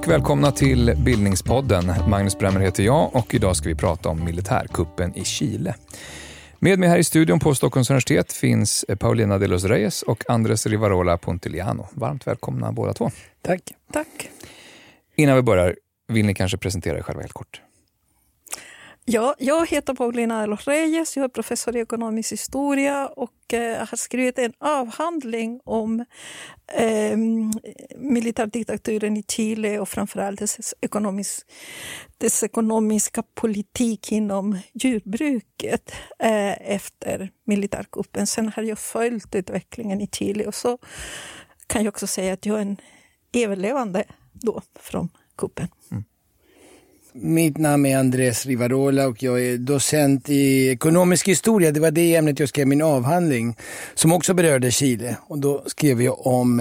och välkomna till Bildningspodden. Magnus Bremmer heter jag och idag ska vi prata om militärkuppen i Chile. Med mig här i studion på Stockholms universitet finns Paulina de los Reyes och Andrés Rivarola Pontiliano. Varmt välkomna båda två. Tack. Tack. Innan vi börjar, vill ni kanske presentera er själva helt kort? Ja, jag heter Paulina de los Reyes, jag är professor i ekonomisk historia och har skrivit en avhandling om militärdiktaturen i Chile och framförallt dess ekonomiska politik inom jordbruket efter militärkuppen. Sen har jag följt utvecklingen i Chile och så kan jag också säga att jag är en överlevande då från kuppen. Mitt namn är Andrés Rivarola och jag är docent i ekonomisk historia. Det var det ämnet jag skrev min avhandling som också berörde Chile. Och då skrev jag om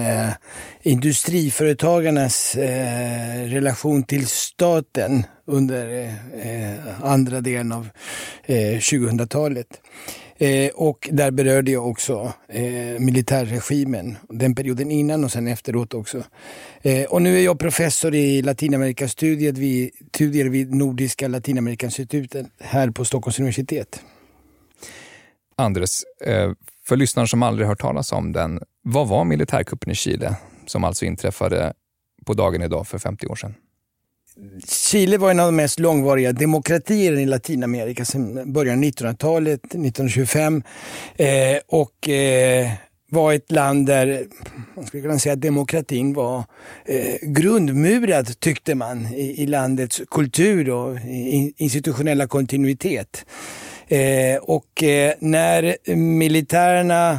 industriföretagarnas relation till staten under andra delen av 2000-talet. Och där berörde jag också militärregimen, den perioden innan och sen efteråt också. Och nu är jag professor i Latinamerikastudier vid Nordiska Latinamerikainstitutet här på Stockholms universitet. Andres, för lyssnare som aldrig hört talas om den, vad var militärkuppen i Chile som alltså inträffade på dagen idag för 50 år sedan? Chile var en av de mest långvariga demokratier i Latinamerika sedan början av 1900-talet, 1925. Och var ett land där man skulle kunna säga att demokratin var grundmurad, tyckte man, i landets kultur och institutionella kontinuitet. Och när militärerna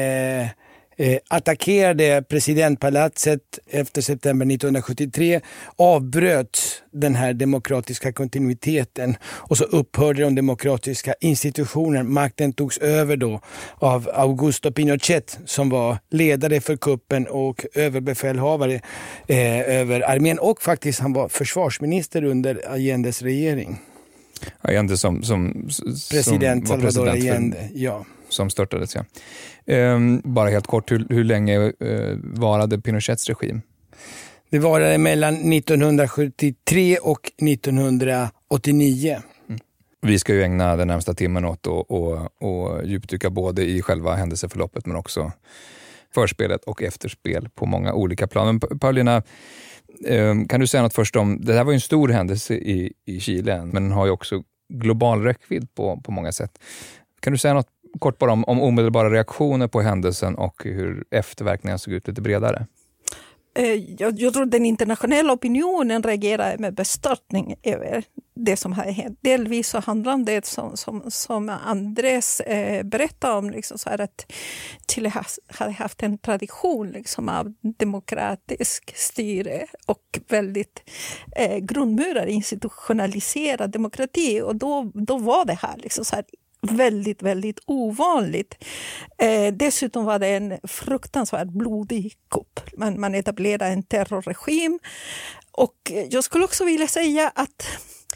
attackerade presidentpalatset efter september 1973 avbröt den här demokratiska kontinuiteten och så upphörde de demokratiska institutionerna. Makten togs över då av Augusto Pinochet som var ledare för kuppen och överbefälhavare över armén och faktiskt han var försvarsminister under Allendes regering. Allende som president som var Salvador president Allende, ja. Som störtades, ja. Bara helt kort, hur länge varade Pinochets regim? Det varade mellan 1973 och 1989. Vi ska ju ägna den närmsta timmen åt och djupdyka både i själva händelseförloppet men också förspelet och efterspel på många olika plan. Men Paulina, kan du säga något först om, det här var ju en stor händelse i Chile men den har ju också global räckvidd på många sätt. Kan du säga något kort bara om omedelbara reaktioner på händelsen och hur efterverkningarna såg ut lite bredare? Jag tror den internationella opinionen reagerar med bestörtning över det som har hänt. Delvis så handlar det om det som Andres berättade om, liksom så här att Chile hade haft en tradition liksom av demokratisk styre och väldigt grundmurad institutionaliserad demokrati och då var det här liksom så här väldigt, väldigt ovanligt. Dessutom var det en fruktansvärt blodig kupp. Man etablerade en terrorregim och jag skulle också vilja säga att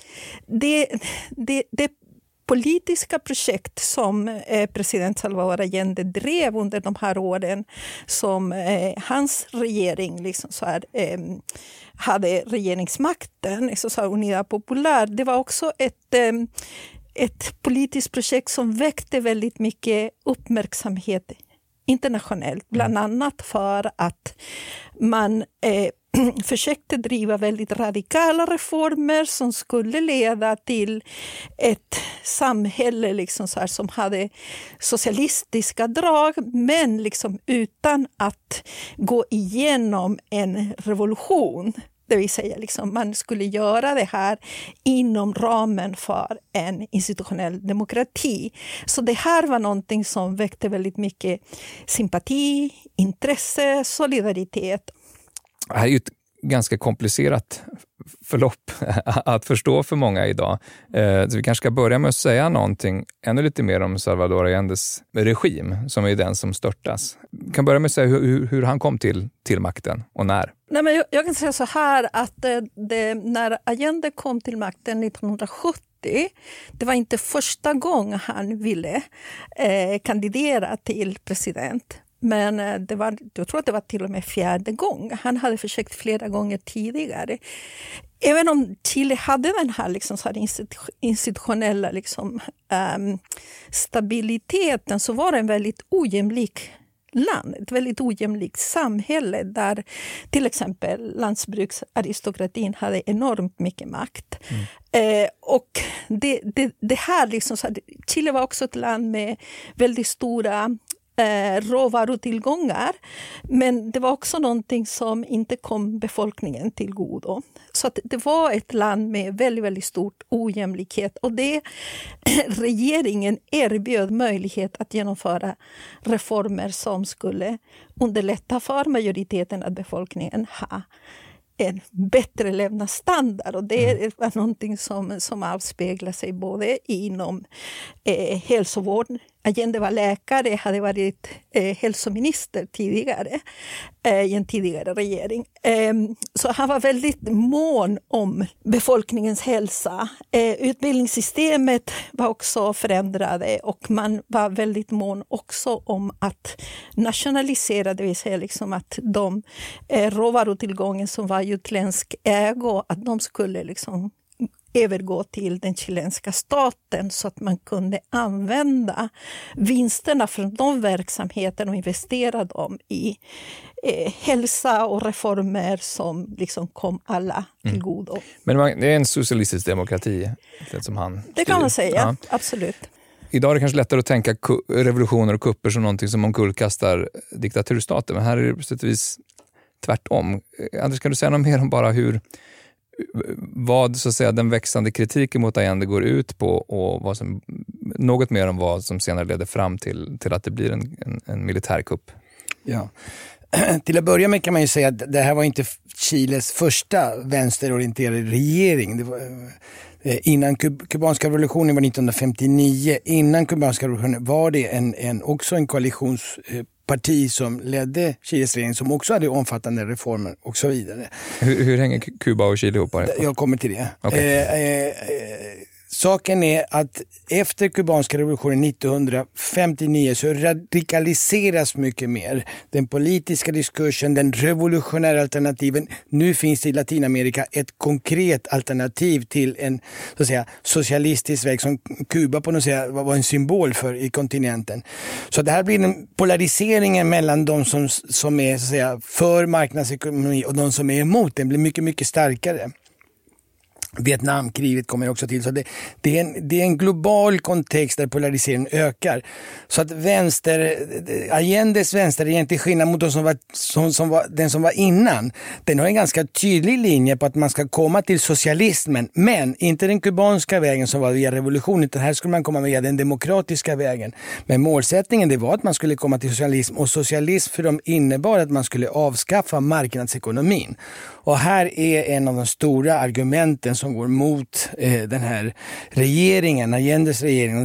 det politiska projekt som president Salvador Allende drev under de här åren som hans regering liksom så här, hade regeringsmakten, så här Unidad Popular, det var också ett politiskt projekt som väckte väldigt mycket uppmärksamhet internationellt. Bland annat för att man försökte driva väldigt radikala reformer som skulle leda till ett samhälle liksom så här, som hade socialistiska drag men liksom utan att gå igenom en revolution. Det vill säga liksom, man skulle göra det här inom ramen för en institutionell demokrati. Så det här var någonting som väckte väldigt mycket sympati, intresse, solidaritet. Det här är ju ett ganska komplicerat förlopp att förstå för många idag. Så vi kanske ska börja med att säga någonting ännu lite mer om Salvador Allendes regim som är den som störtas. Vi kan börja med att säga hur han kom till makten och när. Nej, men jag kan säga så här att när Allende kom till makten 1970, det var inte första gången han ville kandidera till president. Men jag tror att det var till och med 4:e gången. Han hade försökt flera gånger tidigare. Även om Chile hade den här, liksom, så här institutionella liksom, stabiliteten, så var det en väldigt ojämlik land, ett väldigt ojämlikt samhälle där till exempel landsbruksaristokratin hade enormt mycket makt. Och det här, liksom, så här, Chile var också ett land med väldigt stora råvarutillgångar, men det var också någonting som inte kom befolkningen till godo. Så att det var ett land med väldigt, väldigt stort ojämlikhet, och det regeringen erbjöd möjlighet att genomföra reformer som skulle underlätta för majoriteten av befolkningen ha en bättre levnadsstandard, och det var någonting som avspeglar sig både inom hälsovård. Allende var läkare, hade varit hälsominister tidigare i en tidigare regering. Så han var väldigt mån om befolkningens hälsa. Utbildningssystemet var också förändrade, och man var väldigt mån också om att nationalisera, det vill säga liksom att de råvarutillgången som var utländsk ägo, att de skulle liksom övergå till den chilenska staten, så att man kunde använda vinsterna från de verksamheterna och investera dem i hälsa och reformer som liksom kom alla till godo. Men det är en socialistisk demokrati, det som han styr. Det kan man säga, absolut. Idag är det kanske lättare att tänka revolutioner och kupper som någonting som omkullkastar diktaturstater, men här är det på sätt och vis tvärtom. Anders, kan du säga något mer om bara vad så att säga den växande kritiken mot Allende går ut på, och något mer om vad som senare leder fram till att det blir en militärkupp? Ja. Till att börja med kan man ju säga att det här var inte Chiles första vänsterorienterade regering. Det var, innan kubanska revolutionen var 1959. Innan kubanska revolutionen var det också en koalitionsparti som ledde Chiles regering, som också hade omfattande reformer och så vidare. Hur hänger Kuba och Chile ihop? Jag kommer till det. Okay. Saken är att efter kubanska revolutionen 1959 så radikaliseras mycket mer den politiska diskursen, den revolutionära alternativen. Nu finns det i Latinamerika ett konkret alternativ till en, så att säga, socialistisk väg som Kuba på något sätt var en symbol för i kontinenten. Så det här blir en polariseringen mellan de som är, så att säga, för marknadsekonomi och de som är emot. Den blir mycket, mycket starkare. Vietnamkriget kommer också till, så det är en global kontext där polariseringen ökar. Så att Allendes vänsterregering, till skillnad mot den som var innan, den har en ganska tydlig linje på att man ska komma till socialismen, men inte den kubanska vägen som var via revolution, utan här skulle man komma via den demokratiska vägen. Men målsättningen, det var att man skulle komma till socialism, och socialism för dem innebar att man skulle avskaffa marknadsekonomin. Och här är en av de stora argumenten som går mot den här regeringen, Allendes regering.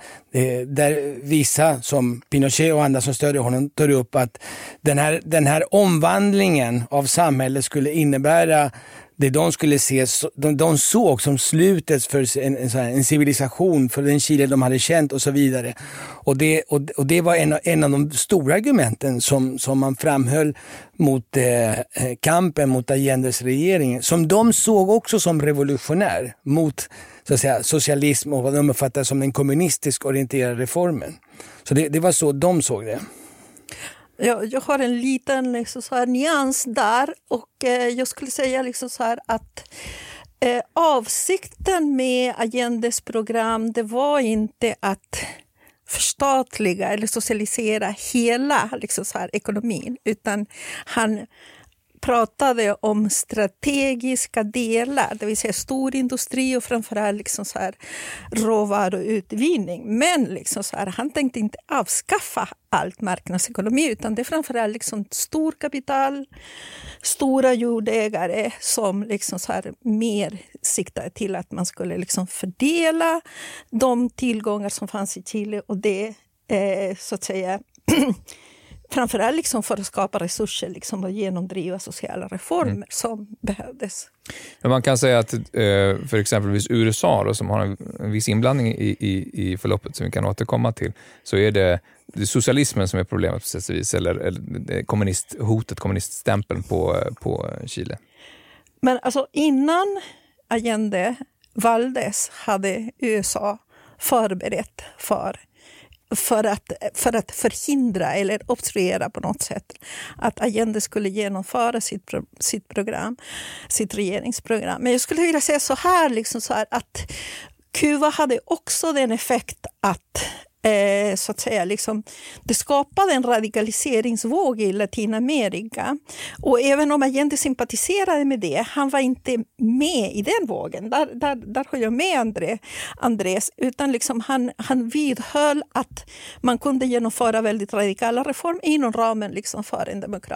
Där vissa som Pinochet och andra som stödde honom tar upp att den här omvandlingen av samhället skulle innebära det de skulle se, de såg som slutet för en civilisation, för den Chile de hade känt och så vidare. Och det var en av de stora argumenten som man framhöll mot kampen mot Allendes regering, som de såg också som revolutionär mot, så att säga, socialism och vad de uppfattade som den kommunistiskt orienterade reformen. Så det var så de såg det. Jag har en liten liksom så här nyans där, och jag skulle säga liksom så här att avsikten med Allendes program, det var inte att förstatliga eller socialisera hela liksom så här ekonomin, utan han pratade om strategiska delar, det vill säga storindustri och framförallt liksom så här råvaruutvinning. Men liksom så här, han tänkte inte avskaffa allt marknadsekonomi, utan det är framförallt liksom storkapital, stora jordägare som liksom så här mer siktade till att man skulle liksom fördela de tillgångar som fanns i Chile, och det så att säga framförallt liksom för att skapa resurser liksom och genomdriva sociala reformer som behövdes. Men man kan säga att för exempelvis USA då, som har en viss inblandning i förloppet som vi kan återkomma till, så är det socialismen som är problemet på sätt och vis, eller kommuniststämpeln på Chile. Men alltså innan Allende valdes hade USA förberett för att förhindra eller obstruera på något sätt att Allende skulle genomföra sitt regeringsprogram. Men jag skulle vilja säga så här att Kuba hade också den effekt att så att säga, liksom, det skapade en radikaliseringsvåg i Latinamerika. Och även om Allende sympatiserade med det, han var inte med i den vågen. Där har jag med Andrés. Utan liksom han vidhöll att man kunde genomföra väldigt radikala reformer inom ramen liksom för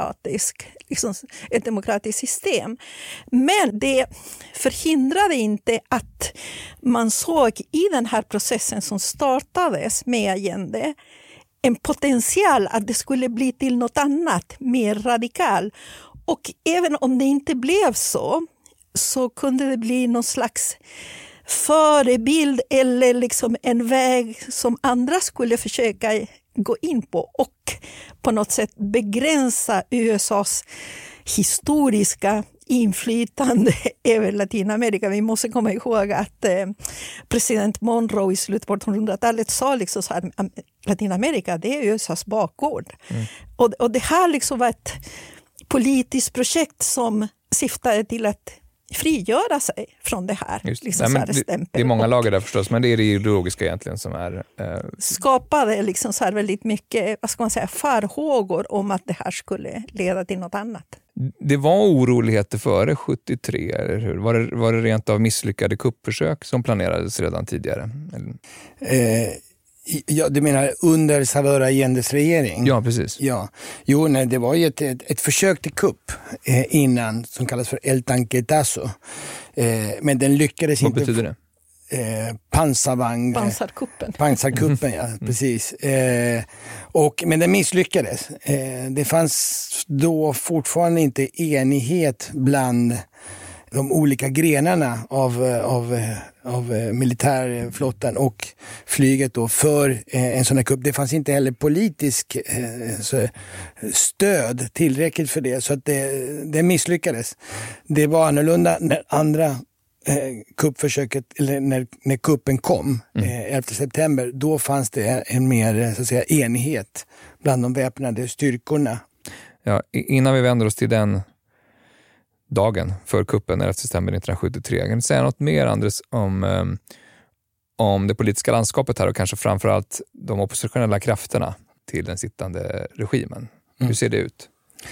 ett demokratiskt system. Men det förhindrade inte att man såg i den här processen som startades med Allende en potential att det skulle bli till något annat, mer radikal. Och även om det inte blev så kunde det bli någon slags förebild eller liksom en väg som andra skulle försöka gå in på och på något sätt begränsa USAs historiska inflytande över Latinamerika. Vi måste komma ihåg att president Monroe i slutet på 1800-talet sa liksom så här, Latinamerika, det är USAs bakgård. Och det här liksom var ett politiskt projekt som syftade till att frigöra sig från det här. Liksom det är många lager där förstås, men det är det ideologiska egentligen som är... skapade liksom så här väldigt mycket, vad ska man säga, farhågor om att det här skulle leda till något annat. Det var oroligheter före 73, eller hur? Var det rent av misslyckade kuppförsök som planerades redan tidigare? Ja, du menar under Salvador Allendes regering? Ja, precis. Ja. Jo, nej, det var ju ett försök till kupp innan som kallas för El Tanquetazo. Men den lyckades inte. Vad betyder det? Pansarkuppen, ja, precis. Men den misslyckades. Det fanns då fortfarande inte enighet bland de olika grenarna av militärflottan och flyget då för en sån här kupp. Det fanns inte heller politisk stöd tillräckligt för det, så att det misslyckades. Det var annorlunda när andra kuppförsöket, eller när kuppen kom 11 september, då fanns det en mer så att säga enighet bland de väpnade styrkorna. Ja, innan vi vänder oss till den dagen för kuppen 11 september 1973. Kan du säga något mer, Andres, om det politiska landskapet här och kanske framförallt de oppositionella krafterna till den sittande regimen? Hur ser det ut?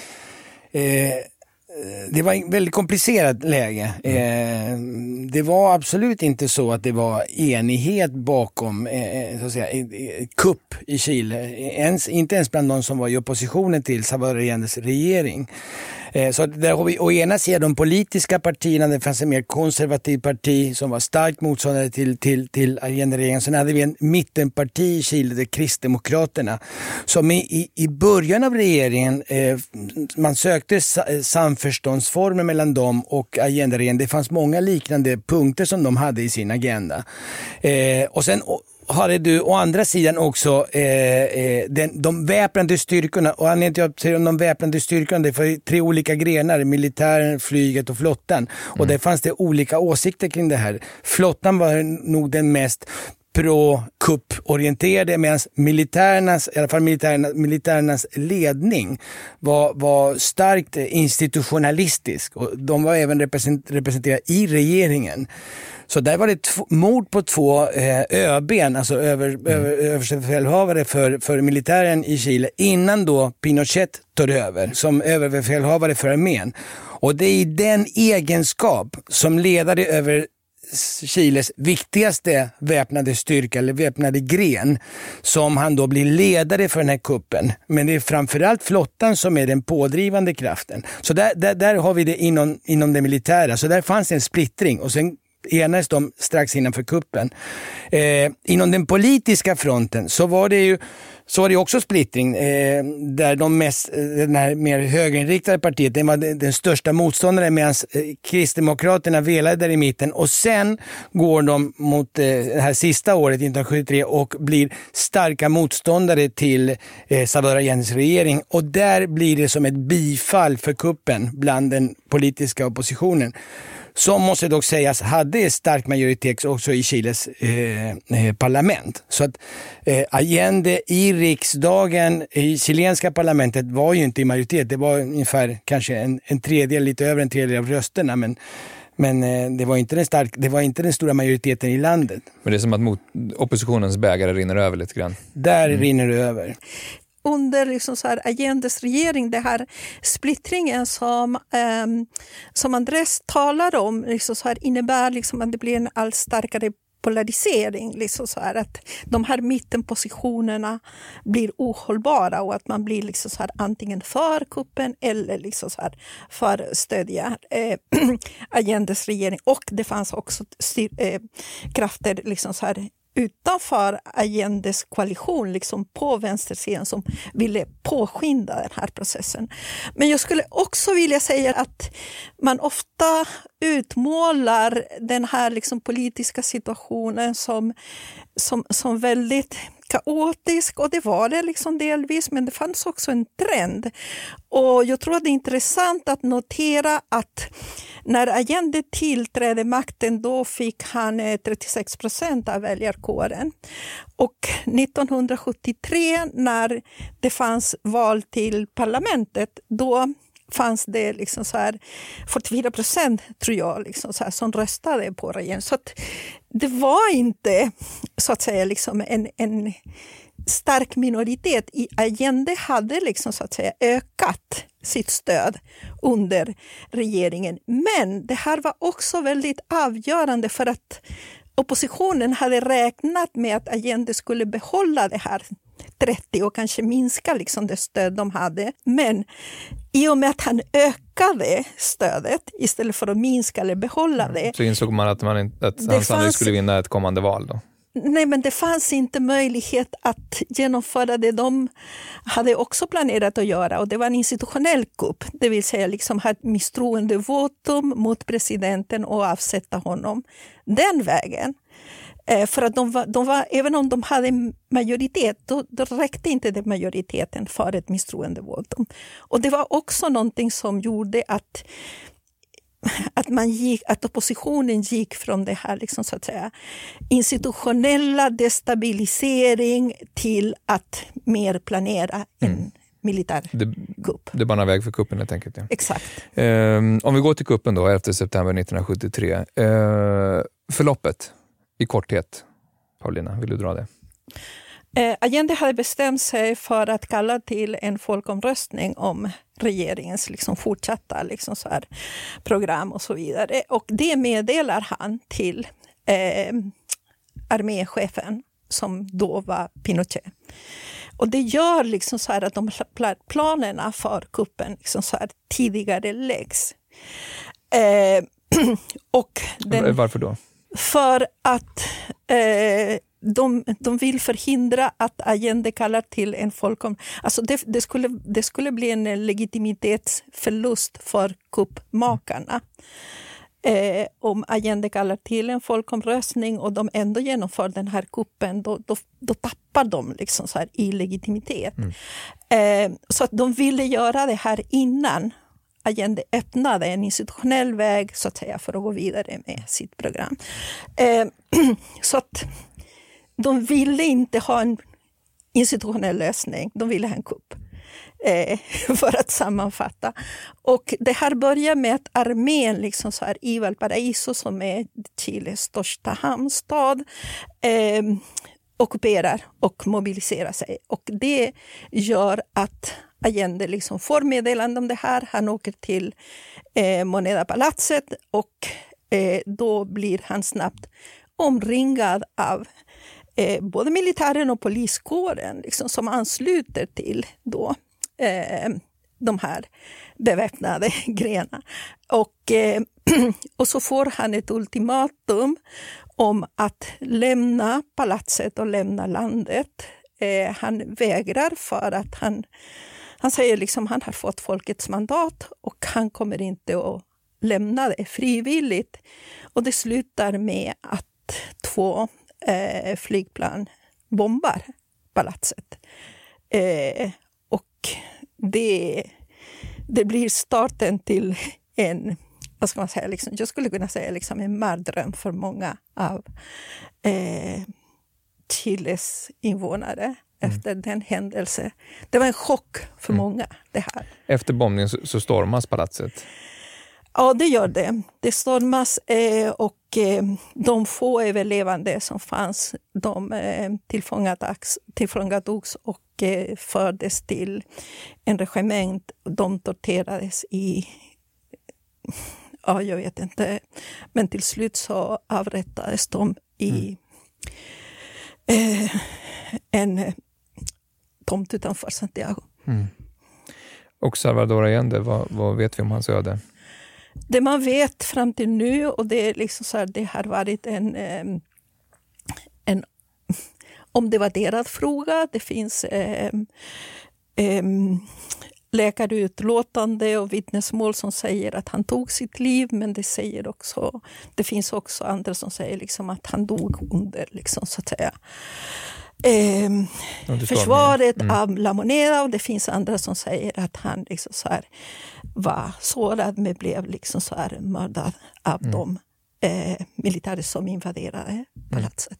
Det var ett väldigt komplicerat läge. Det var absolut inte så att det var enighet bakom så att säga, kupp i Chile. Inte ens bland de som var i oppositionen till Salvador Allendes regering. Så där har vi å ena sidan de politiska partierna. Det fanns en mer konservativ parti som var starkt motståndare till Allende-regeringen. Sen hade vi en mittenparti i Chile, det Kristdemokraterna, som i början av regeringen man sökte samförståndsformer mellan dem och Allende-regeringen. Det fanns många liknande punkter som de hade i sin agenda. Och sen hade du å andra sidan också de väpnade styrkorna, och anledningen till att jag säger om de väpnade styrkorna, det är tre olika grenar, militären, flyget och flottan. Och där fanns det olika åsikter kring det här. Flottan var nog den mest pro-kupp-orienterade, medan militärernas ledning var starkt institutionalistisk, och de var även representerade i regeringen. Så där var det mord på två ÖB:n, alltså överbefälhavare för militären i Chile, innan då Pinochet tar över som överbefälhavare för armén. Och det är den egenskap som ledare över Chiles viktigaste väpnade styrka eller väpnade gren som han då blir ledare för den här kuppen. Men det är framförallt flottan som är den pådrivande kraften. Så där har vi det inom det militära. Så där fanns en splittring, och sen enades de strax innanför kuppen. Inom den politiska fronten så var det ju så var det också splittring där den här mer högerinriktade partiet, den var den största motståndaren, medan Kristdemokraterna velade där i mitten, och sen går de mot det här sista året 1973 och blir starka motståndare till Salvador Allendes regering, och där blir det som ett bifall för kuppen bland den politiska oppositionen, som måste dock sägas hade stark majoritet också i Chiles parlament. Så att Allende i riksdagen, i chilenska parlamentet, var ju inte i majoritet. Det var ungefär kanske en tredjedel, lite över en tredjedel av rösterna, men det var inte den stora majoriteten i landet. Men det är som att oppositionens bägare rinner över lite grann. Där rinner det över. Under liksom så här Allendes regering, det här splittringen som Andrés talar om, liksom så här, innebär liksom att det blir en allt starkare polarisering. Liksom så här, att de här mittenpositionerna blir ohållbara och att man blir liksom så här, antingen för kuppen eller liksom så här, för stödja Allendes regering. Och det fanns också krafter liksom så här, utanför Allendes koalition, liksom på vänstersidan, som ville påskynda den här processen. Men jag skulle också vilja säga att man ofta utmålar den här liksom politiska situationen som väldigt kaotisk, och det var det liksom delvis, men det fanns också en trend. Och jag tror att det är intressant att notera att när Allende tillträdde makten, då fick han 36% av väljarkåren. Och 1973, när det fanns val till parlamentet, då fanns det liksom så här 44% tror jag liksom så här, som röstade på regeringen. Så att det var inte så att säga liksom en stark minoritet. Allende hade liksom så att säga ökat sitt stöd under regeringen. Men det här var också väldigt avgörande, för att oppositionen hade räknat med att Allende skulle behålla det här 30 och kanske minska liksom det stöd de hade. Men i och med att han ökade stödet istället för att minska eller behålla det. Så insåg man att han sannolikt skulle vinna ett kommande val då? Nej, men det fanns inte möjlighet att genomföra det de hade också planerat att göra, och det var en institutionell kupp, det vill säga liksom ha ett misstroendevotum mot presidenten och avsätta honom den vägen. För att de var, även om de hade majoritet, då räckte inte det majoriteten för ett misstroendevotum. Och det var också någonting som gjorde att oppositionen gick från det här liksom, så att säga, institutionella destabilisering till att mer planera en militär kupp. Det banar väg för kuppen helt enkelt. Ja. Exakt. Om vi går till kuppen då, 11 september 1973. Förloppet i korthet. Paulina, vill du dra det? Allende hade bestämt sig för att kalla till en folkomröstning om regeringens liksom fortsatta liksom så här program och så vidare. Och det meddelar han till arméchefen, som då var Pinochet. Och det gör liksom så här att de planerna för kuppen liksom så här tidigare läggs. Varför då? För att de vill förhindra att Allende kallar till en folkomröstning. Alltså det skulle bli en legitimitetsförlust för kuppmakarna. Om Allende kallar till en folkomröstning och de ändå genomför den här kuppen, då tappar de liksom så här i legitimitet. Så att de ville göra det här innan Allende öppnade en institutionell väg, så att säga, för att gå vidare med sitt program. Så att de ville inte ha en institutionell lösning, de ville ha en kupp. För att sammanfatta. Och det här börjar med att armén liksom så här, i Valparaíso, som är Chiles största hamnstad, ockuperar och mobiliserar sig. Och det gör att Allende liksom får meddelande om det här. Han åker till Moneda-palatset, och då blir han snabbt omringad av både militären och poliskåren liksom, som ansluter till då de här beväpnade grenar. Och så får han ett ultimatum om att lämna palatset och lämna landet han vägrar för att han säger liksom han har fått folkets mandat och han kommer inte att lämna det frivilligt. Och det slutar med att 2 flygplan bombar palatset. Och det blir starten till en, vad ska man säga, liksom, jag skulle kunna säga liksom en mardröm för många av Chiles invånare efter den händelse. Det var en chock för många det här. Efter bombningen så stormas palatset? Ja, det gör det. Det stormas och de få överlevande som fanns, de tillfångatogs och fördes till en regiment. De torterades jag vet inte, men till slut så avrättades de i en tomt utanför Santiago. Och Salvador Allende, vad vet vi om hans öde? Det man vet fram till nu, och det är liksom så här, det har varit en omdebatterad fråga. Det finns läkarutlåtande och vittnesmål som säger att han tog sitt liv, men det finns också andra som säger liksom att han dog under liksom, så att säga försvaret av La Moneda, och det finns andra som säger att han liksom så här var sårad men blev liksom så här mördad av de militärer som invaderade palatset.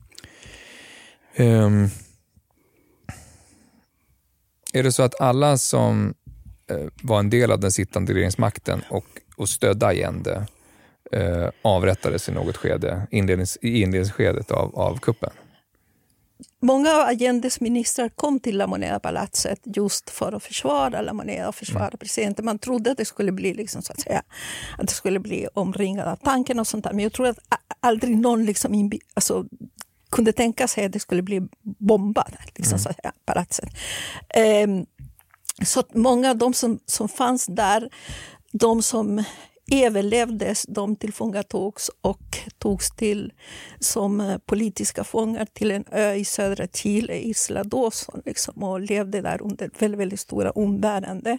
Är det så att alla som var en del av den sittande regeringsmakten och stödde Allende avrättades i något skede, i inledningsskedet av kuppen? Många av Allendes ministrar kom till La Moneda-palatset just för att försvara La Moneda och försvara presidenten. Man trodde att det skulle bli liksom, så att säga, att det skulle bli omringad av tanken och sånt där. Men jag tror att aldrig någon liksom kunde tänka sig att det skulle bli bombad liksom, så att säga, palatset. Så att många av de som fanns där, de som överlevdes, de tillfångatogs och togs till som politiska fångar till en ö i södra Chile, Isla Dawson, liksom, och levde där under väldigt, väldigt stora umbärande.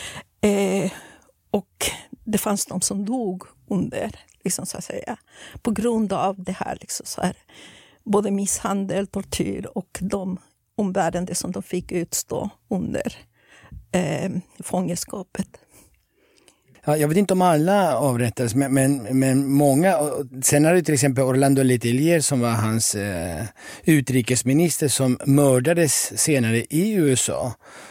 Och det fanns de som dog under, liksom, så att säga, på grund av det här, liksom, så här, både misshandel, tortyr och de umbärande som de fick utstå under fångenskapet. Ja, jag vet inte om alla avrättades, men många. Sen hade till exempel Orlando Letelier som var hans utrikesminister som mördades senare i USA.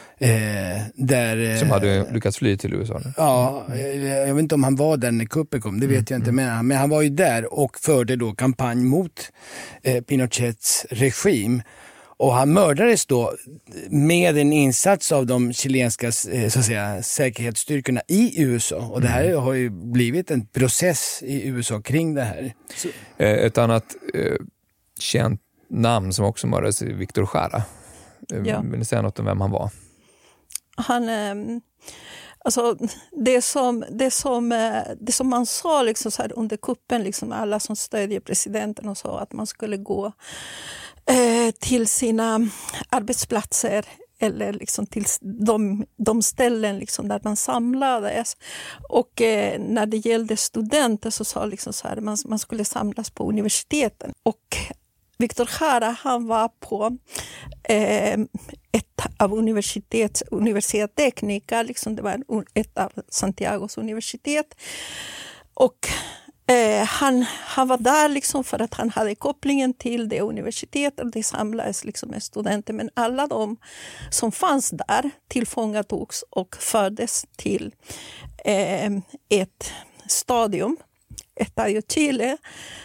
Som hade lyckats fly till USA? Ja, jag vet inte om han var där när kuppen kom, det vet jag inte. Men han var ju där och förde då kampanj mot Pinochets regim. Och han mördades då med en insats av de chilenska, så att säga, säkerhetsstyrkorna i USA. Och det här har ju blivit en process i USA kring det här. Ett annat känt namn som också mördades är Víctor Jara. Ja. Vill ni säga något om vem han var? Han, alltså det som man sa liksom så här under kuppen, liksom alla som stödjer presidenten och så, att man skulle gå till sina arbetsplatser eller liksom till de ställen liksom där man samlades. Och när det gällde studenter så sa liksom så här, man skulle samlas på universiteten. Och Víctor Jara, han var på ett av Universidad Técnica, liksom det var ett av Santiagos universitet. Och han var där liksom för att han hade kopplingen till det universitetet. Det samlades liksom med studenter, men alla de som fanns där tillfångatogs och fördes till ett stadium, Estadio Chile,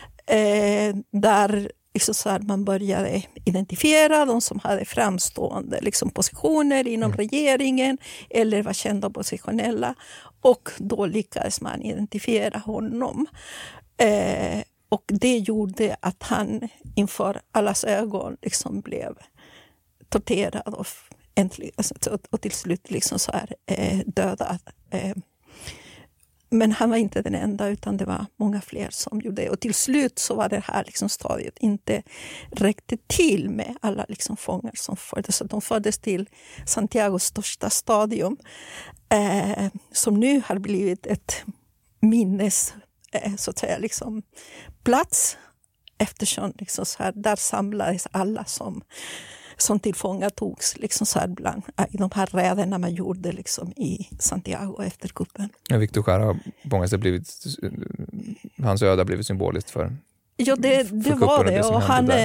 där liksom så här man började identifiera de som hade framstående liksom positioner inom regeringen eller var kända och positionella, och då lyckades man identifiera honom. Och det gjorde att han inför allas ögon liksom blev torterad och till slut liksom så här dödad. Men han var inte den enda, utan det var många fler som gjorde det. Och till slut så var det här liksom stadiet inte räckte till med alla liksom fångar som fördes. Så de fördes till Santiagos största stadion, som nu har blivit ett minnes, så att säga, liksom plats. Eftersom liksom så här, där samlades alla som tillfångatogs liksom så här bland, i de här räderna man gjorde liksom i Santiago efter kuppen. Ja, Víctor Jara har på många sätt blivit, hans öde har blivit symboliskt för. Ja, det var det. Och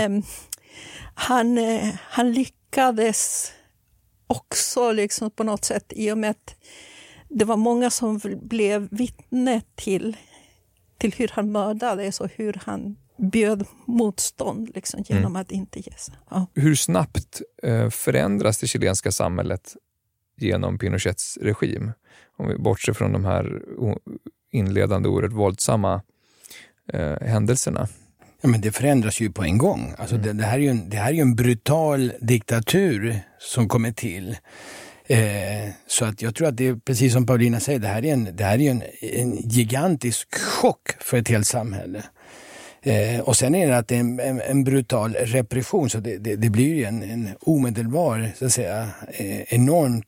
han lyckades också liksom på något sätt, i och med att det var många som blev vittne till hur han mördades och hur han bjöd motstånd liksom, genom att inte ge sig. Ja. Hur snabbt förändras det chilenska samhället genom Pinochets regim? Om vi bortser från de här inledande oerhört våldsamma händelserna. Ja, men det förändras ju på en gång. Alltså det här är ju en brutal diktatur som kommer till. Så att jag tror att det är precis som Paulina säger, det här är en gigantisk chock för ett helt samhälle. Och sen är det att det är en brutal repression, så det blir ju en omedelbar, så att säga, enormt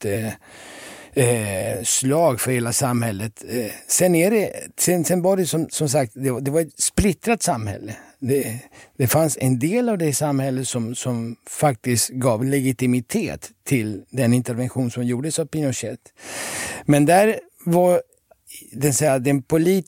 slag för hela samhället. Sen var det som sagt, det var ett splittrat samhälle. Det fanns en del av det samhället som faktiskt gav legitimitet till den intervention som gjordes av Pinochet. Men där var den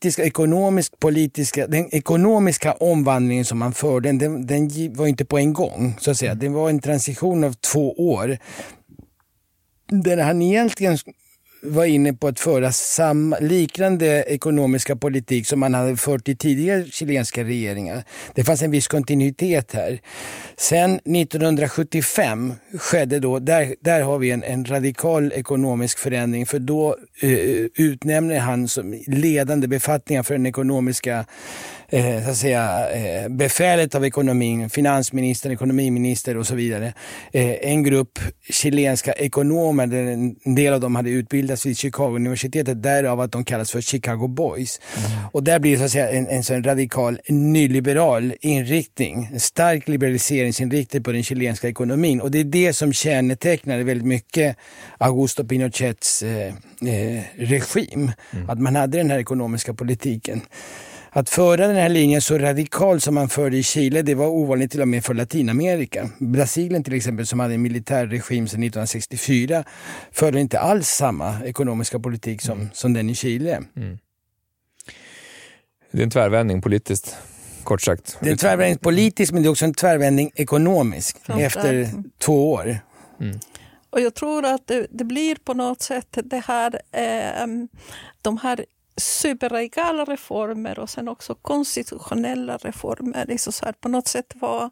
ekonomiska omvandlingen som man förde, den var inte på en gång, så att säga. Det var en transition av 2 år. Där han egentligen var inne på att föra liknande ekonomiska politik som man hade fört i tidigare chilenska regeringar. Det fanns en viss kontinuitet här. Sen 1975 skedde då, där har vi en radikal ekonomisk förändring, för då utnämner han som ledande befattningar för den ekonomiska så att säga, befälet av ekonomin, finansminister, ekonomiminister och så vidare. En grupp chilenska ekonomer, där en del av dem hade utbildats vid Chicago-universitetet, därav att de kallas för Chicago Boys. Och där blir det så att säga en sån radikal nyliberal inriktning, en stark liberaliseringsinriktning på den chilenska ekonomin. Och det är det som kännetecknade väldigt mycket Augusto Pinochets regim. Att man hade den här ekonomiska politiken. Att föra den här linjen så radikal som man förde i Chile, det var ovanligt till och med för Latinamerika. Brasilien till exempel, som hade en militärregim sedan 1964, förde inte alls samma ekonomiska politik som den i Chile. Det är en tvärvändning politiskt, kort sagt. Det är en tvärvändning politiskt, men det är också en tvärvändning ekonomisk efter 2 år. Och jag tror att det blir på något sätt det här, de här superradikala reformer och sen också konstitutionella reformer liksom så här, på något sätt var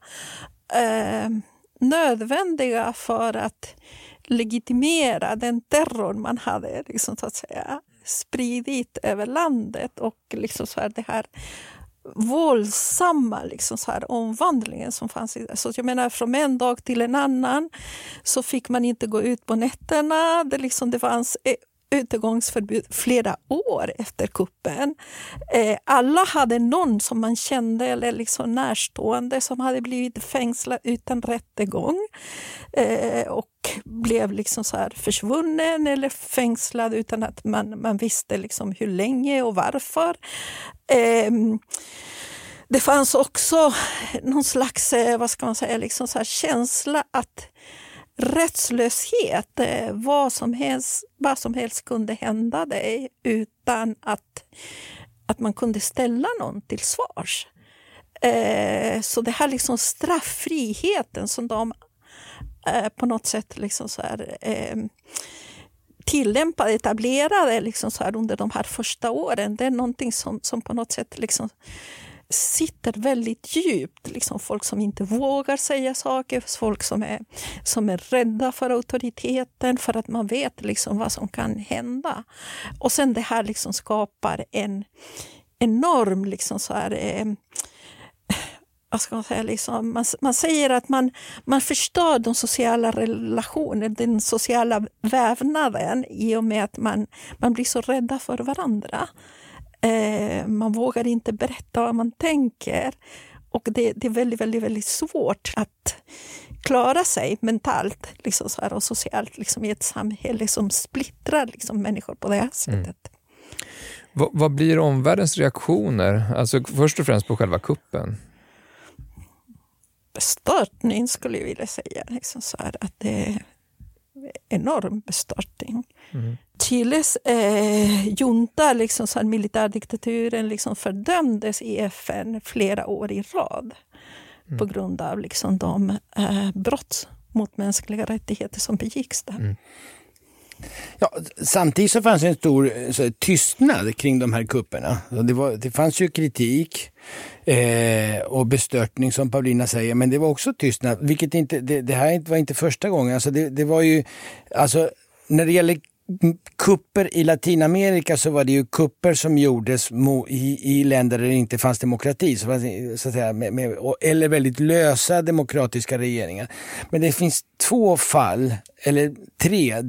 nödvändiga för att legitimera den terror man hade liksom, så att säga, spridit över landet, och liksom så här, det här våldsamma liksom så här omvandlingen som fanns i det. Så jag menar, från en dag till en annan så fick man inte gå ut på nätterna. Det fanns utegångsförbud flera år efter kuppen. Alla hade någon som man kände eller liksom närstående som hade blivit fängslad utan rättegång och blev liksom så här försvunnen eller fängslad utan att man visste liksom hur länge och varför. Det fanns också någon slags, vad ska man säga, liksom så här känsla att rättslöshet, vad som helst kunde hända dig utan att man kunde ställa någon till svars. Så det här liksom strafffriheten som de på något sätt liksom så här, tillämpade, etablerade liksom så här under de här första åren, det är någonting som på något sätt liksom sitter väldigt djupt. Liksom folk som inte vågar säga saker, folk som är rädda för auktoriteten för att man vet liksom vad som kan hända. Och sen det här liksom skapar en enorm liksom så här, vad ska man säga, liksom, man säger att man förstör de sociala relationer, den sociala vävnaden, i och med att man blir så rädda för varandra. Man vågar inte berätta vad man tänker. Och det är väldigt, väldigt, väldigt svårt att klara sig mentalt liksom så här, och socialt liksom, i ett samhälle som splittrar liksom, människor på det här sättet. Vad blir omvärldens reaktioner? Alltså först och främst på själva kuppen. Bestörtning skulle jag vilja säga. Liksom så här, att det är enorm bestörtning. Chiles junta, liksom så här, militärdiktaturen liksom fördömdes i FN flera år i rad på grund av liksom, de brott mot mänskliga rättigheter som begicks där. Ja, samtidigt så fanns en stor tystnad kring de här kupperna. Det fanns ju kritik och bestörtning som Paulina säger, men det var också tystnad, vilket inte, det här var inte första gången. Alltså det var ju, alltså när det gäller kupper i Latinamerika så var det ju kupper som gjordes i länder där det inte fanns demokrati, så att säga, eller väldigt lösa demokratiska regeringar. Men det finns 2 fall, eller 3,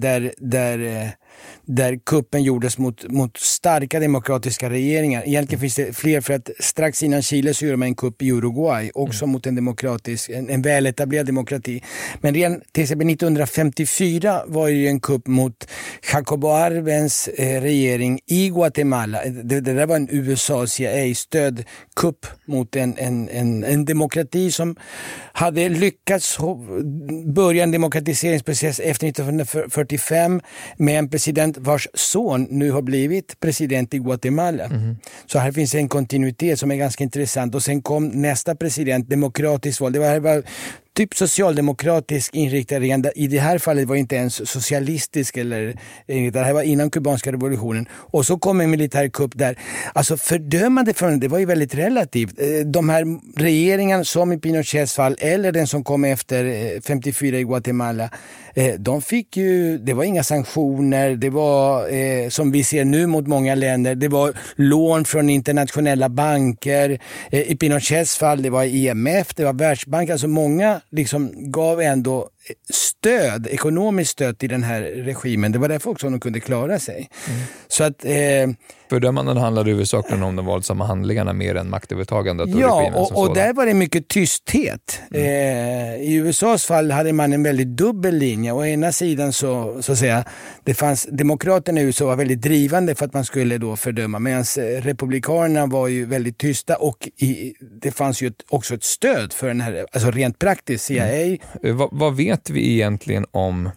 där kuppen gjordes mot starka demokratiska regeringar. Egentligen finns det fler, för att strax innan Chile så gjorde man en kupp i Uruguay, också mot en väletablerad demokrati. Men redan till exempel 1954 var det en kupp mot Jacobo Arbenz regering i Guatemala. Det där var en USA-CIA-stöd kupp mot en demokrati som hade lyckats börja en demokratiseringsprocess efter 1945 med en president vars son nu har blivit president i Guatemala. Så här finns en kontinuitet som är ganska intressant. Och sen kom nästa president, demokratiskt val. Det var typ socialdemokratisk inriktad. I det här fallet var inte ens socialistisk eller det här var innan kubanska revolutionen. Och så kom en militärkupp där. Alltså fördömande från det var ju väldigt relativt. De här regeringarna som i Pinochets fall eller den som kom efter 54 i Guatemala, de fick ju, det var inga sanktioner, det var som vi ser nu mot många länder, det var lån från internationella banker. I Pinochets fall det var IMF, det var Världsbanken, alltså många liksom gav ändå stöd, ekonomiskt stöd till den här regimen. Det var därför också de kunde klara sig. Så att fördömanden handlade huvudsakligen om de våldsamma handlingarna mer än maktövertagandet. Ja, och där var det mycket tysthet. I USAs fall hade man en väldigt dubbel linje. Å ena sidan så att säga, det fanns demokraterna i USA var väldigt drivande för att man skulle då fördöma, medan republikanerna var ju väldigt tysta, och det fanns ju också ett stöd för den här, alltså rent praktiskt CIA. Vad vet vi egentligen om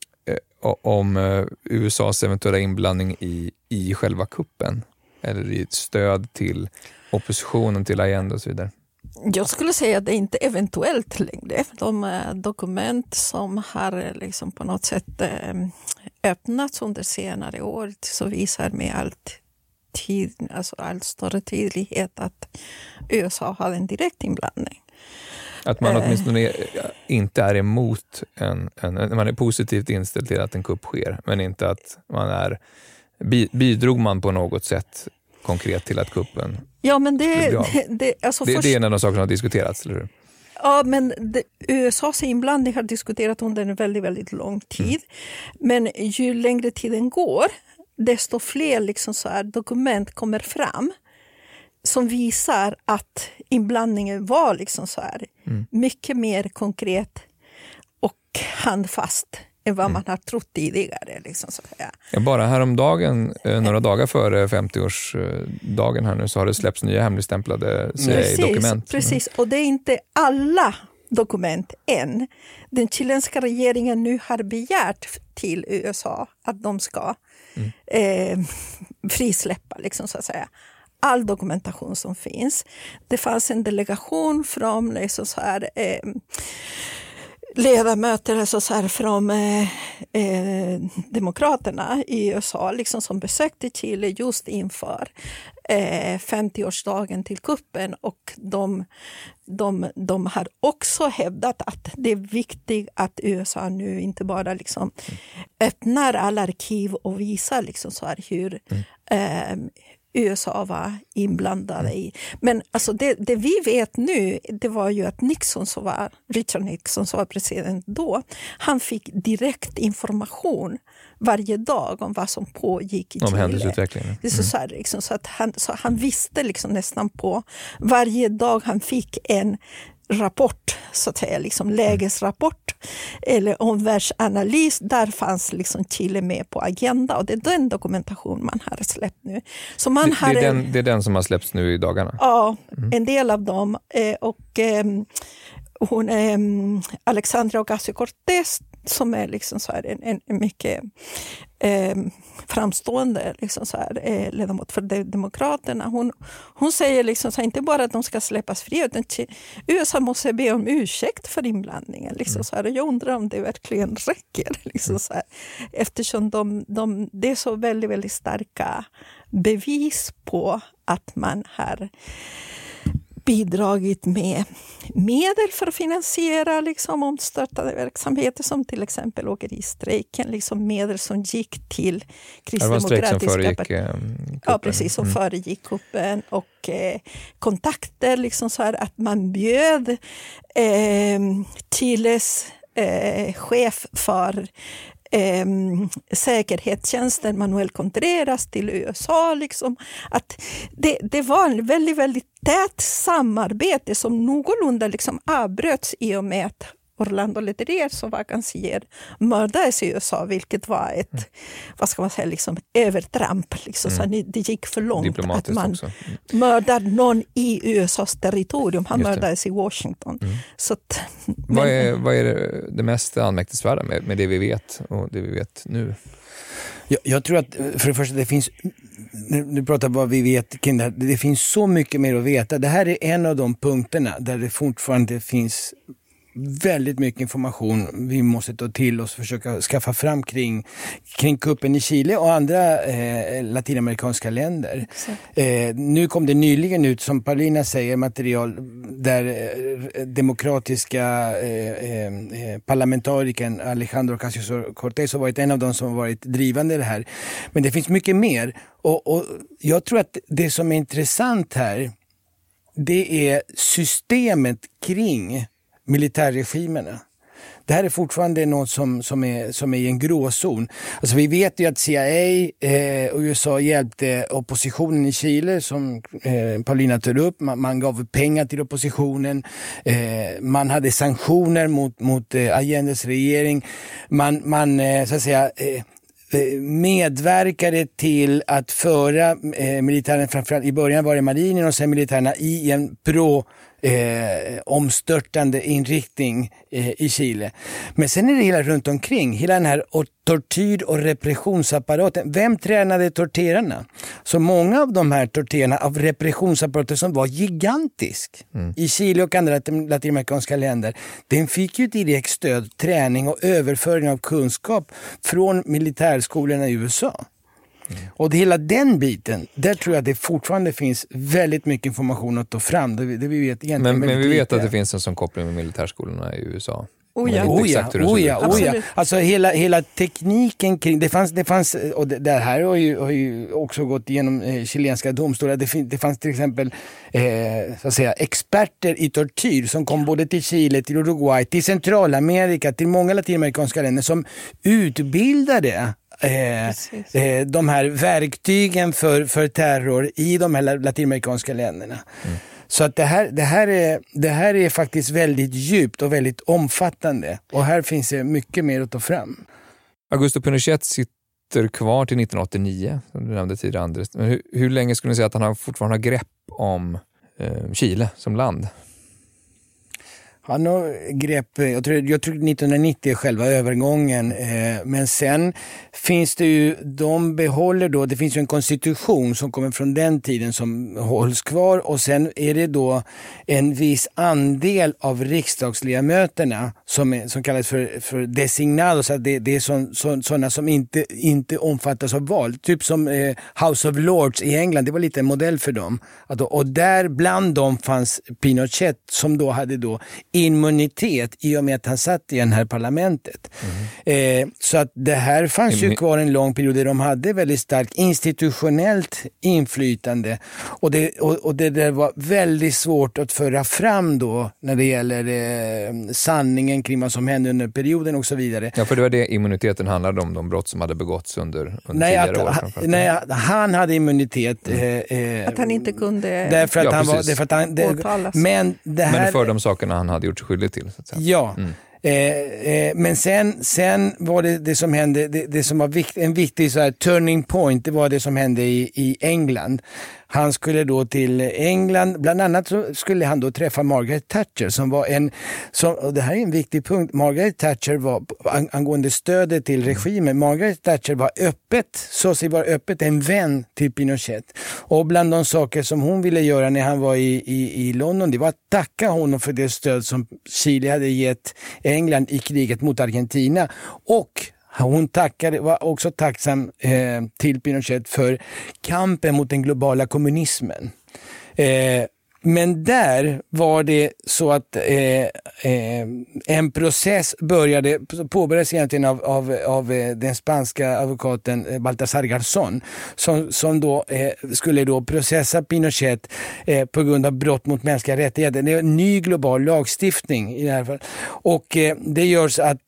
USAs eventuella inblandning i själva kuppen? Eller i ett stöd till oppositionen till Allende och så vidare? Jag skulle säga att det inte är eventuellt längre. De dokument som har liksom på något sätt öppnats under senare år så visar med allt större tydlighet att USA har en direkt inblandning. Att man åtminstone inte är emot man är positivt inställd till att en kupp sker, men inte att man bidrog man på något sätt konkret till att kuppen. Ja, men det är en av de saker som har diskuterats, eller hur? Ja, men USAs inblandning har diskuterat under en väldigt, väldigt lång tid. Men ju längre tiden går, desto fler liksom så här dokument kommer fram som visar att inblandningen var liksom så här mycket mer konkret och handfast än vad man har trott tidigare. Liksom så här. Ja, bara häromdagen, några dagar före 50-årsdagen här nu, så har det släppts nya hemligstämplade CIA-dokument. Precis, och det är inte alla dokument än. Den chilenska regeringen nu har begärt till USA att de ska frisläppa liksom så att säga all dokumentation som finns. Det fanns en delegation från liksom så här, ledamöter alltså så här, från demokraterna i USA liksom, som besökte Chile just inför 50-årsdagen till kuppen, och de har också hävdat att det är viktigt att USA nu inte bara liksom öppnar alla arkiv och visar liksom så här hur USA var inblandade i. Men alltså det vi vet nu, det var ju att Richard Nixon som var president då, han fick direkt information varje dag om vad som pågick i Chile. Om händelseutvecklingen. Det är så här, liksom, så han visste liksom nästan på varje dag han fick en rapport, så att säga, liksom lägesrapport eller omvärldsanalys, där fanns liksom Chile med på agenda, och det är den dokumentation man har släppt nu. Så man det är den som har släppts nu i dagarna? Ja, en del av dem. Hon Alexandria Ocasio-Cortez, som är liksom så här en mycket framstående liksom så här, ledamot för Demokraterna. Hon säger liksom så här, inte bara att de ska släppas fria, utan USA måste be om ursäkt för inblandningen. Liksom så här, och jag undrar om det verkligen räcker. Liksom så här, eftersom det är så väldigt, väldigt starka bevis på att man har bidragit med medel för att finansiera liksom omstörtade verksamheter, som till exempel åkeristrejken, liksom medel som gick till kristdemokratiska partier. Ja, precis, som föregick kuppen, och kontakter, liksom så här, att man bjöd Chiles chef för säkerhetstjänsten Manuel Contreras till USA, liksom, att det var en väldigt, väldigt tät samarbete som någorlunda liksom avbröts i och med att Orlando Letelier, som var kansler, mördades i USA, vilket var ett, vad ska man säga, liksom övertramp. Liksom. Så det gick för långt att man mördar någon i USAs territorium. Han mördades i Washington. Så att, vad är det mest anmärkningsvärda med det vi vet och det vi vet nu? Jag tror att för det första, det finns, nu pratar vad vi vet kring det här, det finns så mycket mer att veta. Det här är en av de punkterna där det fortfarande finns väldigt mycket information vi måste ta till oss och försöka skaffa fram kring kuppen i Chile och andra latinamerikanska länder. Nu kom det nyligen ut, som Paulina säger, material där demokratiska parlamentarikern Alejandro Ocasio-Cortez har varit en av de som har varit drivande i det här. Men det finns mycket mer, och jag tror att det som är intressant här, det är systemet kring militärregimerna. Det här är fortfarande något som är i en gråzon. Alltså vi vet ju att CIA och USA hjälpte oppositionen i Chile, som Paulina tar upp. Man gav pengar till oppositionen. Man hade sanktioner mot Allendes regering. Man så att säga medverkade till att föra militären, framförallt i början var det marinen och sen militärerna, i en omstörtande inriktning i Chile. Men sen är det hela runt omkring, hela den här tortyr- och repressionsapparaten. Vem tränade torterarna? Så många av de här torterarna av repressionsapparater som var gigantisk i Chile och andra latinamerikanska länder, den fick ju direkt stöd, träning och överföring av kunskap från militärskolorna i USA. Och det hela den biten, där tror jag det fortfarande finns väldigt mycket information att ta fram. Det vi vet egentligen. Men vi vet att det finns en sån koppling med militärskolorna i USA. Oja. Alltså hela tekniken kring, det fanns och det här har ju också gått igenom chilenska domstolar. Det fanns till exempel så att säga experter i tortyr som kom både till Chile, till Uruguay, till Centralamerika, till många latinamerikanska länder, som utbildade de här verktygen för terror i de här latinamerikanska länderna. Så att det här är faktiskt väldigt djupt och väldigt omfattande, och här finns det mycket mer att ta fram. Augusto Pinochet sitter kvar till 1989, som du nämnde tidigare, Andres. Men hur länge skulle ni säga att han fortfarande har grepp om Chile som land? Han har grepp, jag tror 1990 är själva övergången, men sen finns det ju, de behåller då, det finns ju en konstitution som kommer från den tiden som hålls kvar, och sen är det då en viss andel av riksdagsledamöterna som kallas för designados, så det är sådana som inte omfattas av val. Typ som House of Lords i England, det var lite en modell för dem. Och där bland dem fanns Pinochet som då hade då immunitet i och med att han satt i det här parlamentet. Så att det här fanns ju kvar en lång period där de hade väldigt starkt institutionellt inflytande. Och det där var väldigt svårt att föra fram då när det gäller sanningen kring vad som hände under perioden och så vidare. Ja, för det var det immuniteten handlade om, de brott som hade begåtts under tidigare år. Nej, han hade immunitet. Att han inte kunde därför att han var, åtalas. Men för de sakerna han hade gjort sig skyldig till. Så att säga. Ja. Men sen var det som hände, det som var en viktig så här turning point, det var det som hände i England. Han skulle då till England, bland annat så skulle han då träffa Margaret Thatcher som var och det här är en viktig punkt, Margaret Thatcher var, angående stödet till regimen, Margaret Thatcher var öppet en vän till Pinochet. Och bland de saker som hon ville göra när han var i London, det var att tacka honom för det stöd som Chile hade gett England i kriget mot Argentina, och hon var också tacksam till Pinochet för kampen mot den globala kommunismen. Men där var det så att en process påbörjades egentligen av den spanska advokaten Baltasar Garzón som då skulle då processa Pinochet på grund av brott mot mänskliga rättigheter. Det är en ny global lagstiftning i det här fallet. Och det görs att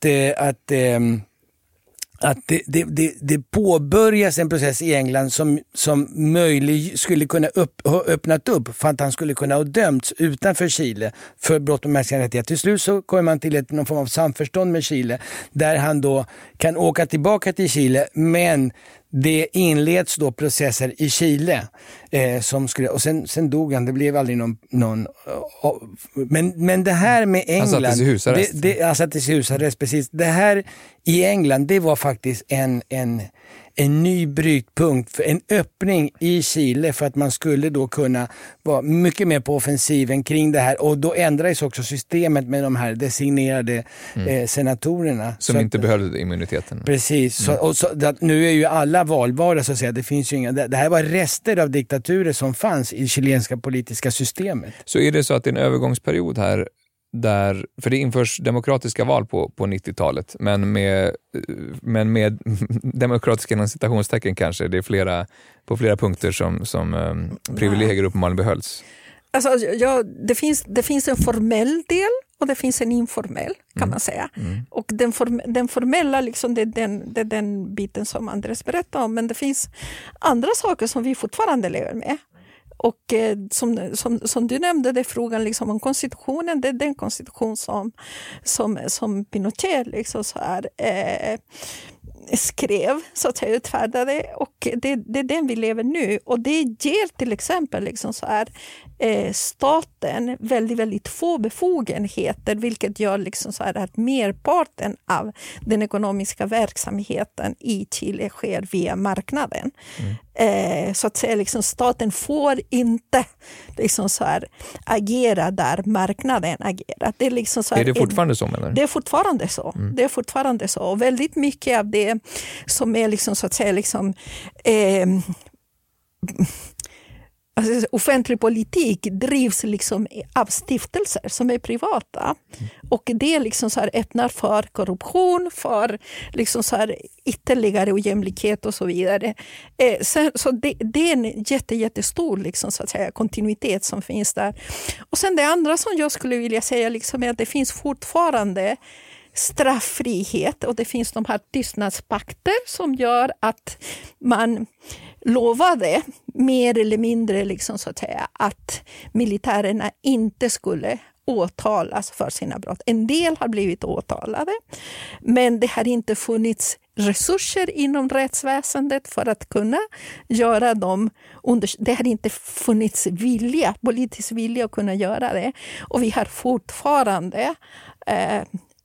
det påbörjas en process i England som möjligt skulle kunna öppnat upp för att han skulle kunna ha dömts utanför Chile för brott mot mänskliga rättigheter. Till slut så kommer man till någon form av samförstånd med Chile där han då kan åka tillbaka till Chile, men det inleds då processer i Chile och sen dog han. Det blev aldrig någon men det här med England, han sattes i husarrest. Han sattes i husarrest, precis. Det här i England, det var faktiskt en ny brytpunkt, för en öppning i Chile för att man skulle då kunna vara mycket mer på offensiven kring det här, och då ändrades också systemet med de här designerade senatorerna. Som inte behövde immuniteten. Precis, nu är ju alla valbara så att säga, det finns ju inga, det här var rester av diktaturer som fanns i chilenska politiska systemet. Så är det så att det är en övergångsperiod här för det införs demokratiska val på 90-talet, men med demokratiska citationstecken kanske. Det är på flera punkter som privilegier uppenbarligen behölls. Alltså, det finns en formell del och det finns en informell, kan man säga. Och den formella, liksom, det är den biten som Andres berättade om, men det finns andra saker som vi fortfarande lever med. Och som du nämnde, det är frågan liksom om konstitutionen. Det är den konstitution som Pinochet liksom så här, skrev, så att säga, utfärdade, och det är den vi lever nu. Och det ger till exempel liksom så här, staten väldigt, väldigt få befogenheter, vilket gör liksom så här att merparten av den ekonomiska verksamheten i Chile sker via marknaden. Så att säga, liksom, staten får inte liksom så här, agera där marknaden agerar. Det är, liksom så här, är det fortfarande så, menar du? Det är fortfarande så. Det är fortfarande så. Och väldigt mycket av det som är liksom, så att säga, liksom, alltså, offentlig politik drivs liksom av stiftelser som är privata. Och det liksom så här öppnar för korruption, för liksom så här ytterligare ojämlikhet och så vidare. Så det är en jättestor liksom, så att säga, kontinuitet som finns där. Och sen det andra som jag skulle vilja säga liksom, är att det finns fortfarande strafffrihet, och det finns de här tystnadspakter som gör att man lovade mer eller mindre liksom, så att säga, att militärerna inte skulle åtalas för sina brott. En del har blivit åtalade, men det har inte funnits resurser inom rättsväsendet för att kunna göra dem. Det har inte funnits politisk vilja att kunna göra det. Och vi har fortfarande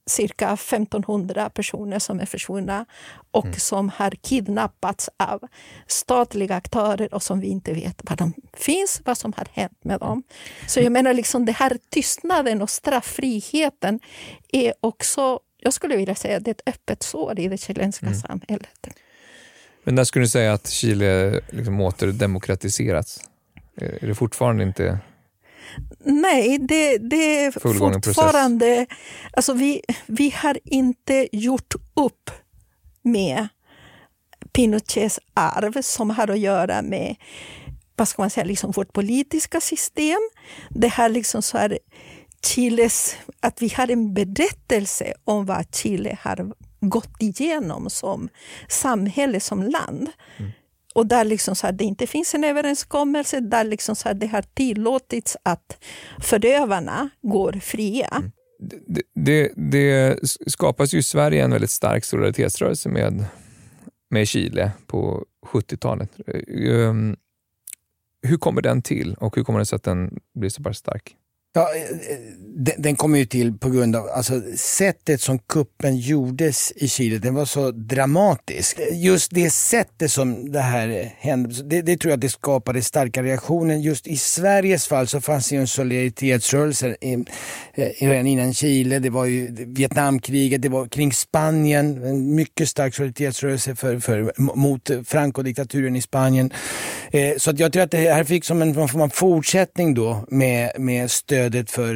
cirka 1500 personer som är försvunna och som har kidnappats av statliga aktörer och som vi inte vet var de finns, vad som har hänt med dem. Så jag menar liksom det här tystnaden och strafffriheten är också, jag skulle vilja säga, det är ett öppet sår i det chilenska samhället. Men när skulle du säga att Chile liksom återdemokratiserats? Är det fortfarande inte... Nej, det är fortfarande... Alltså vi har inte gjort upp med Pinochets arv som har att göra med, vad ska man säga, liksom vårt politiska system. Det här liksom så här Chiles, att vi har en berättelse om vad Chile har gått igenom som samhälle, som land. Och där liksom så här, det inte finns en överenskommelse, där liksom så här, det har tillåtits att förövarna går fria. Det skapas ju i Sverige en väldigt stark solidaritetsrörelse med Chile på 70-talet. Hur kommer den till och hur kommer det sig att den blir så pass stark? Ja, den kommer ju till på grund av sättet som kuppen gjordes i Chile. Den var så dramatisk. Just det sättet som det här hände, det tror jag att det skapade starka reaktioner. Just i Sveriges fall så fanns det ju en solidaritetsrörelse redan innan Chile. Det var ju Vietnamkriget, det var kring Spanien. En mycket stark solidaritetsrörelse mot Franco-diktaturen i Spanien. Så att jag tror att det här fick som en form av fortsättning då med stödet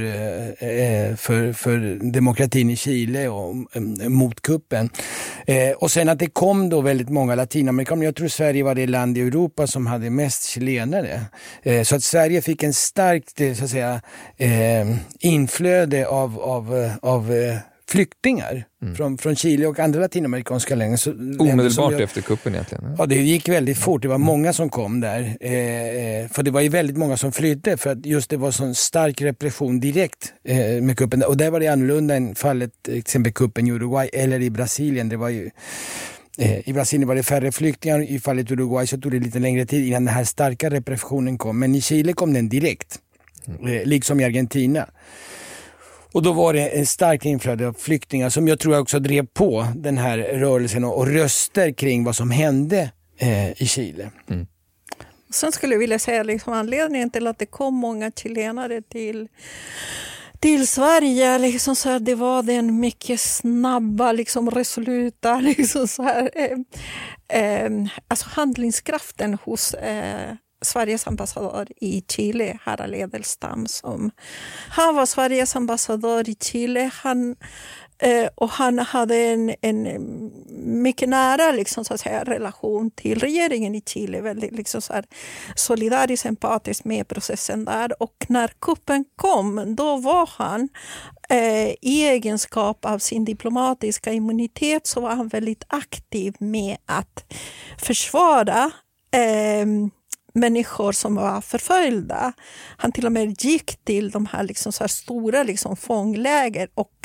för demokratin i Chile och mot kuppen. Och sen att det kom då väldigt många latinamerikaner. Jag tror Sverige var det land i Europa som hade mest chilenare. Så att Sverige fick en starkt så att säga inflöde av flyktingar från Chile och andra latinamerikanska länder. Omedelbart efter kuppen egentligen. Ja, det gick väldigt fort. Det var många som kom där. För det var ju väldigt många som flydde för att just det var sån stark repression direkt med kuppen. Och där var det annorlunda än fallet till exempel kuppen i Uruguay eller i Brasilien. Det var ju i Brasilien var det färre flyktingar. I fallet Uruguay så tog det lite längre tid innan den här starka repressionen kom. Men i Chile kom den direkt. Liksom i Argentina. Och då var det en stark inflöde av flyktingar som jag tror också drev på den här rörelsen och röster kring vad som hände i Chile. Sen skulle jag vilja säga liksom anledningen till att det kom många chilenare till Sverige, liksom så här, det var den mycket snabba, liksom resoluta, liksom så här, alltså handlingskraften hos Sveriges ambassadör i Chile, Harald Edelstam, han var Sveriges ambassadör i Chile. Han hade en mycket nära liksom, så att säga, relation till regeringen i Chile, väldigt liksom, så här, solidariskt, empatisk med processen där. Och när kuppen kom, då var han i egenskap av sin diplomatiska immunitet så var han väldigt aktiv med att försvara människor som var förföljda. Han till och med gick till de här, liksom, så här stora liksom, fångläger och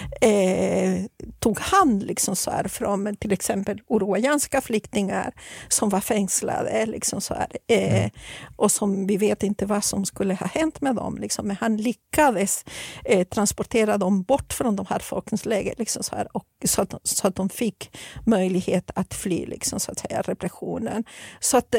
tog hand liksom, så här, från till exempel uruguayanska flyktingar som var fängslade. Liksom, så här, och som vi vet inte vad som skulle ha hänt med dem. Liksom. Men han lyckades transportera dem bort från de här fångläger liksom, så här, och så att de fick möjlighet att fly liksom, så att säga, repressionen. Så att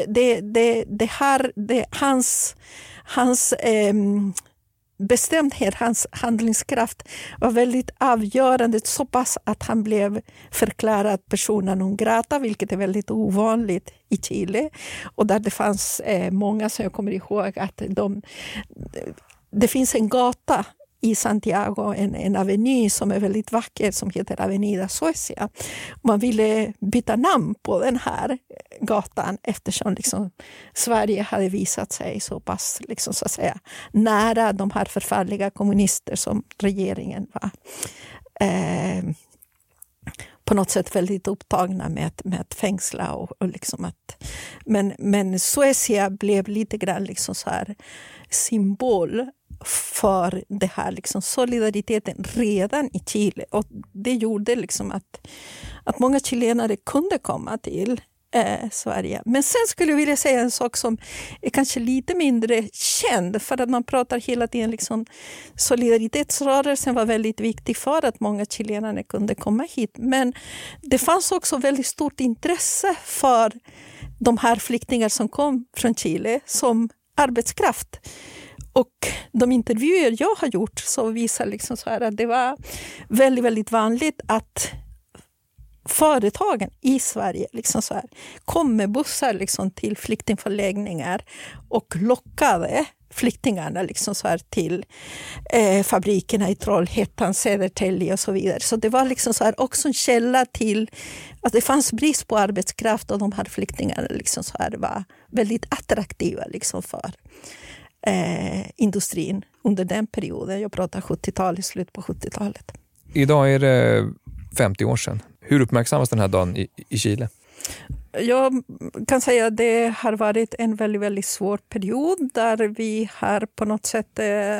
hans bestämdhet, hans handlingskraft var väldigt avgörande, så pass att han blev förklarad persona non grata, vilket är väldigt ovanligt i Chile. Och där det fanns många som jag kommer ihåg att det finns en gata i Santiago, en aveny som är väldigt vacker som heter Avenida Suecia. Man ville byta namn på den här gatan eftersom liksom Sverige hade visat sig så pass liksom, så att säga, nära de här förfärliga kommunister som regeringen var på något sätt väldigt upptagna med att fängsla och liksom att, men Suecia blev lite grann liksom så här symbol för det här liksom solidariteten redan i Chile, och det gjorde liksom att många chilenare kunde komma till Sverige. Men sen skulle jag vilja säga en sak som är kanske lite mindre känd, för att man pratar hela tiden liksom, solidaritetsrörelsen var väldigt viktig för att många chilenare kunde komma hit, men det fanns också väldigt stort intresse för de här flyktingar som kom från Chile som arbetskraft. Och de intervjuer jag har gjort så visar liksom så här att det var väldigt, väldigt vanligt att företagen i Sverige liksom så här, kom med bussar liksom till flyktingförläggningar och lockade flyktingarna liksom så här till fabrikerna i Trollhättan, Södertälje och så vidare. Så det var liksom så här också en källa till att det fanns brist på arbetskraft, och de här flyktingarna liksom så här var väldigt attraktiva liksom för industrin under den perioden. Jag pratar 70-talet, slut på 70-talet. Idag är det 50 år sedan. Hur uppmärksammas den här dagen i Chile? Jag kan säga att det har varit en väldigt, väldigt svår period där vi har på något sätt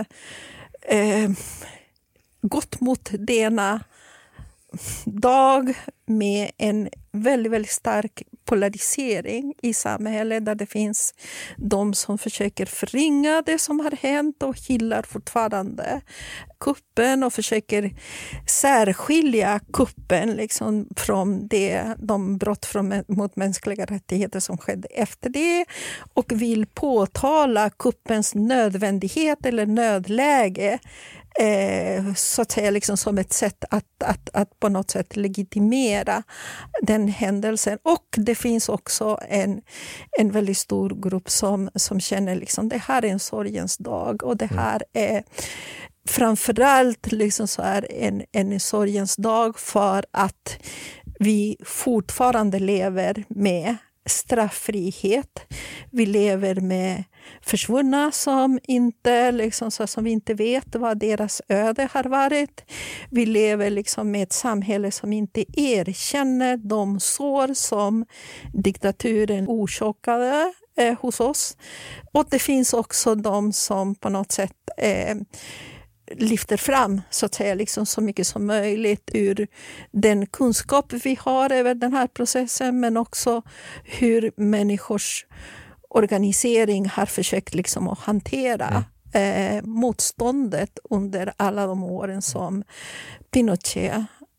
gått mot denna dag med en väldigt, väldigt stark polarisering i samhället, där det finns de som försöker förringa det som har hänt och hyllar fortfarande kuppen och försöker särskilja kuppen liksom från de brott mot mänskliga rättigheter som skedde efter det, och vill påtala kuppens nödvändighet eller nödläge så att säga liksom som ett sätt att på något sätt legitimera den händelsen. Och det finns också en väldigt stor grupp som känner liksom det här är en sorgens dag, och det här är framförallt liksom så här en sorgens dag för att vi fortfarande lever med strafffrihet. Vi lever med försvunna som inte liksom, så som vi inte vet vad deras öde har varit. Vi lever liksom med ett samhälle som inte erkänner de sår som diktaturen orsakade hos oss. Och det finns också de som på något sätt lyfter fram så att säga liksom så mycket som möjligt ur den kunskap vi har över den här processen, men också hur människors organisering har försökt liksom att hantera motståndet under alla de åren som Pinochet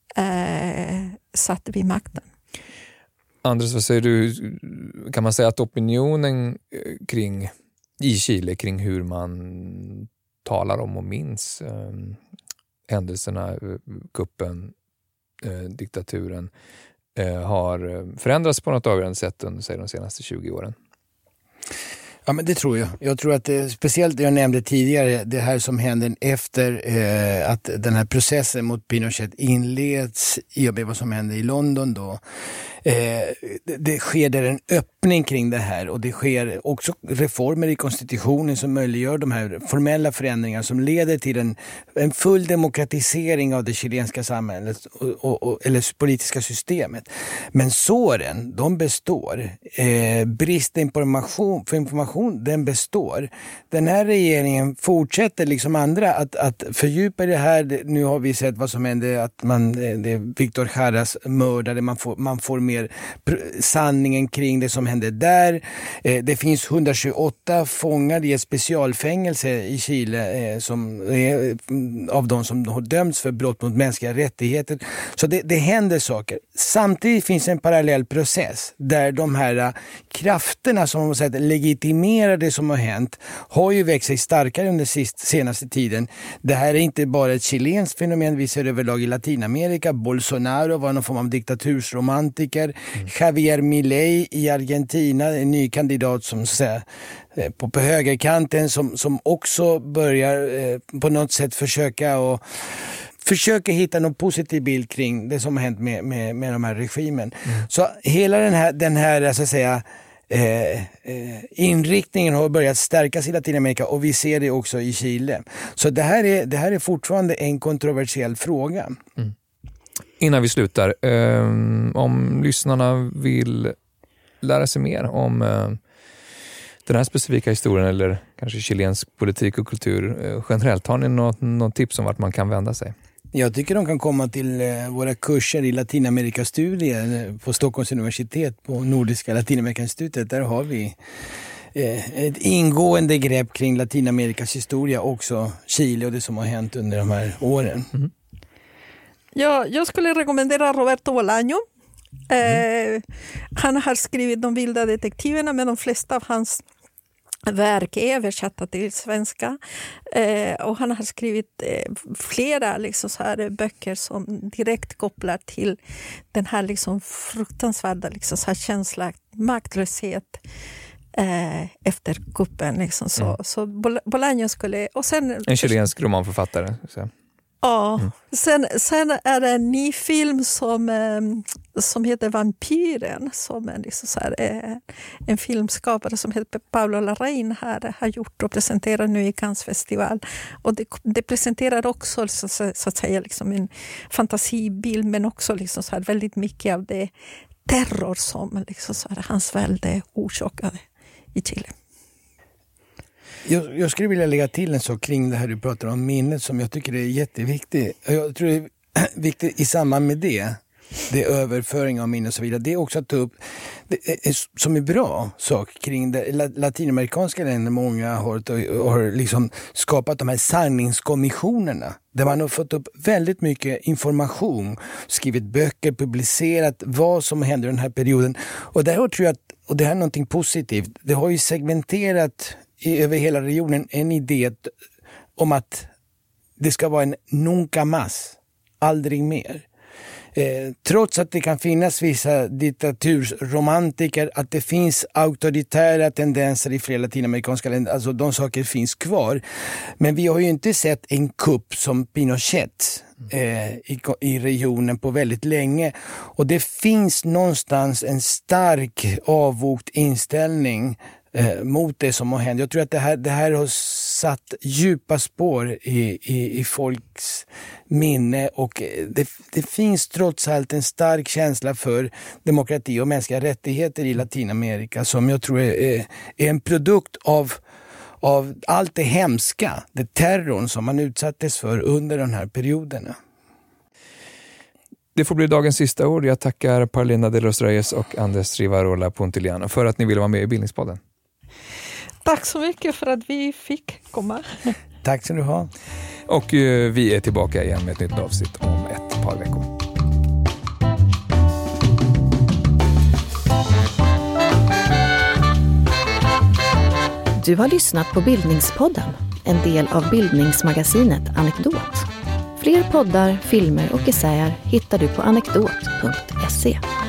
satt vid makten. Andres, vad säger du? Kan man säga att opinionen i Chile kring hur man talar om och minns händelserna, kuppen, diktaturen har förändrats på något avgörande sätt under de senaste 20 åren? Ja, men det tror jag. Jag tror att speciellt det jag nämnde tidigare, det här som hände efter att den här processen mot Pinochet inleds i och med vad som hände i London då. Det sker där en öppning kring det här, och det sker också reformer i konstitutionen som möjliggör de här formella förändringar som leder till en full demokratisering av det chilenska samhället eller politiska systemet. Men såren, de består. Bristen på information, den består. Den här regeringen fortsätter liksom andra att fördjupa det här. Nu har vi sett vad som hände, att det är Víctor Jaras mördare, man får mer sanningen kring det som hände där. Det finns 128 fångar i ett specialfängelse i Chile som är av de som har dömts för brott mot mänskliga rättigheter. Så det händer saker. Samtidigt finns en parallell process där de här krafterna som man säger legitimerar det som har hänt har ju växt sig starkare under senaste tiden. Det här är inte bara ett chilenskt fenomen, vi ser överlag i Latinamerika. Bolsonaro var någon form av diktatursromantiker. Javier Milei i Argentina, en ny kandidat som så säga, på högerkanten som också börjar på något sätt försöka hitta någon positiv bild kring det som har hänt med de här regimen. Så hela den här så att säga inriktningen har börjat stärkas i Latinamerika, och vi ser det också i Chile. Så det här är fortfarande en kontroversiell fråga. Innan vi slutar, om lyssnarna vill lära sig mer om den här specifika historien eller kanske chilensk politik och kultur generellt, har ni något tips om vart man kan vända sig? Jag tycker de kan komma till våra kurser i Latinamerikastudier på Stockholms universitet på Nordiska Latinamerikainstitutet. Där har vi ett ingående grepp kring Latinamerikas historia, också Chile och det som har hänt under de här åren. Mm. Ja, jag skulle rekommendera Roberto Bolaño. Han har skrivit De vilda detektiverna, men de flesta av hans verk är översatta till svenska. Och han har skrivit flera liksom så här böcker som direkt kopplar till den här liksom fruktansvärda liksom så här känslan, maktlöshet efter kuppen. Liksom. Så Bolaño skulle... Och sen, en chilensk romanförfattare. Så. Ja, sen är det en ny film som heter Vampyren, som är liksom så här, en filmskapare som heter Pablo Larraín har gjort och presenterar nu i Cannes festival. Och det presenterar också så att säga liksom en fantasibild, men också liksom så här väldigt mycket av det terror som liksom så här hans välde orsakade i Chile. Jag skulle vilja lägga till en sak kring det här du pratar om, minnet, som jag tycker är jätteviktigt. Jag tror det är viktigt i samband med det är överföring av minne och så vidare. Det är också att ta upp, som är bra sak kring det latinamerikanska länder, många har liksom skapat de här sanningskommissionerna. Där man har fått upp väldigt mycket information, skrivit böcker, publicerat vad som hände i den här perioden. Och där tror jag och det här är någonting positivt, det har ju segmenterat över hela regionen en idé om att det ska vara en nunca más, aldrig mer. Trots att det kan finnas vissa diktatursromantiker, att det finns auktoritära tendenser i flera latinamerikanska länder, alltså de saker finns kvar. Men vi har ju inte sett en kupp som Pinochet i regionen på väldigt länge. Och det finns någonstans en stark avvokt inställning mot det som har hänt. Jag tror att det här har satt djupa spår i folks minne, och det finns trots allt en stark känsla för demokrati och mänskliga rättigheter i Latinamerika, som jag tror är en produkt av allt det hemska, det terrorn som man utsattes för under de här perioderna. Det får bli dagens sista ord. Jag tackar Paulina de los Reyes och Andrés Rivarola Pontiliano för att ni ville vara med i Bildningspodden. Tack så mycket för att vi fick komma. Tack ska du ha. Och vi är tillbaka igen med ett nytt avsnitt om ett par veckor. Du har lyssnat på Bildningspodden, en del av bildningsmagasinet Anekdot. Fler poddar, filmer och essäer hittar du på anekdot.se.